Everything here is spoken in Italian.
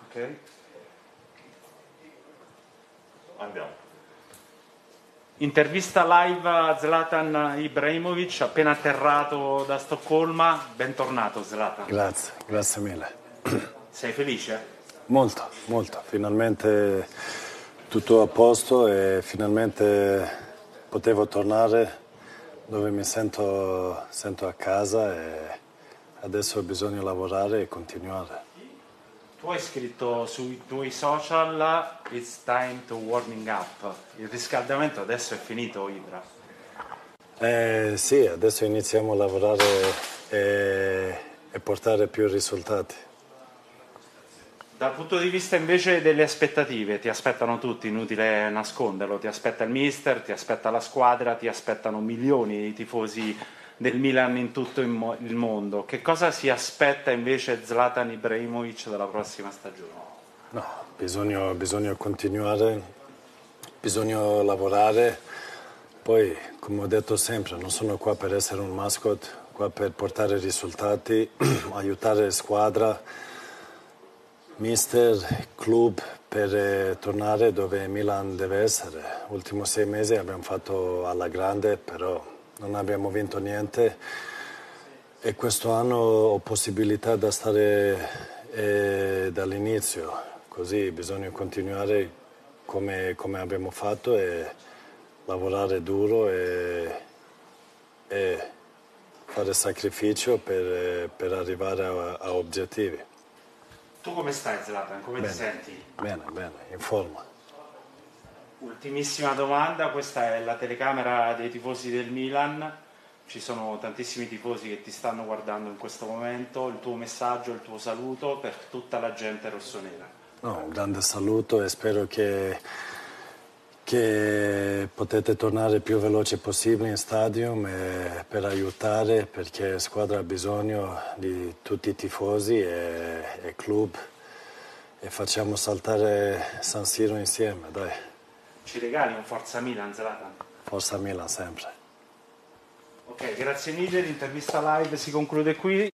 Ok. Andiamo. Intervista live a Zlatan Ibrahimovic, appena atterrato da Stoccolma. Bentornato Zlatan. Grazie, grazie mille. Sei felice? Molto, molto. Finalmente tutto a posto e finalmente potevo tornare dove mi sento a casa e adesso bisogna lavorare e continuare. Tu hai scritto sui tuoi social "It's time to warming up". Il riscaldamento adesso è finito, Ibra. Sì, adesso iniziamo a lavorare e portare più risultati. Dal punto di vista invece delle aspettative, ti aspettano tutti, inutile nasconderlo, ti aspetta il mister, ti aspetta la squadra, ti aspettano milioni di tifosi del Milan in tutto il mondo. Che cosa si aspetta invece Zlatan Ibrahimovic dalla prossima stagione? No, bisogna continuare, bisogna lavorare. Poi, come ho detto sempre, non sono qua per essere un mascot, qua per portare risultati, aiutare la squadra, mister, club, per tornare dove Milan deve essere. Ultimi 6 mesi abbiamo fatto alla grande, però non abbiamo vinto niente e questo anno ho possibilità da stare dall'inizio, così bisogna continuare come abbiamo fatto e lavorare duro e fare sacrificio per arrivare a obiettivi. Tu come stai Zlatan? Come Bene. ti senti? Bene, in forma. Ultimissima domanda, questa è la telecamera dei tifosi del Milan, ci sono tantissimi tifosi che ti stanno guardando in questo momento, il tuo messaggio, il tuo saluto per tutta la gente rossonera. No, un grande saluto e spero che potete tornare il più veloce possibile in stadium per aiutare, perché la squadra ha bisogno di tutti i tifosi e club e facciamo saltare San Siro insieme, dai. Ci regali un Forza Milan, Zlatan? Forza Milan sempre. Ok, grazie mille, l'intervista live si conclude qui.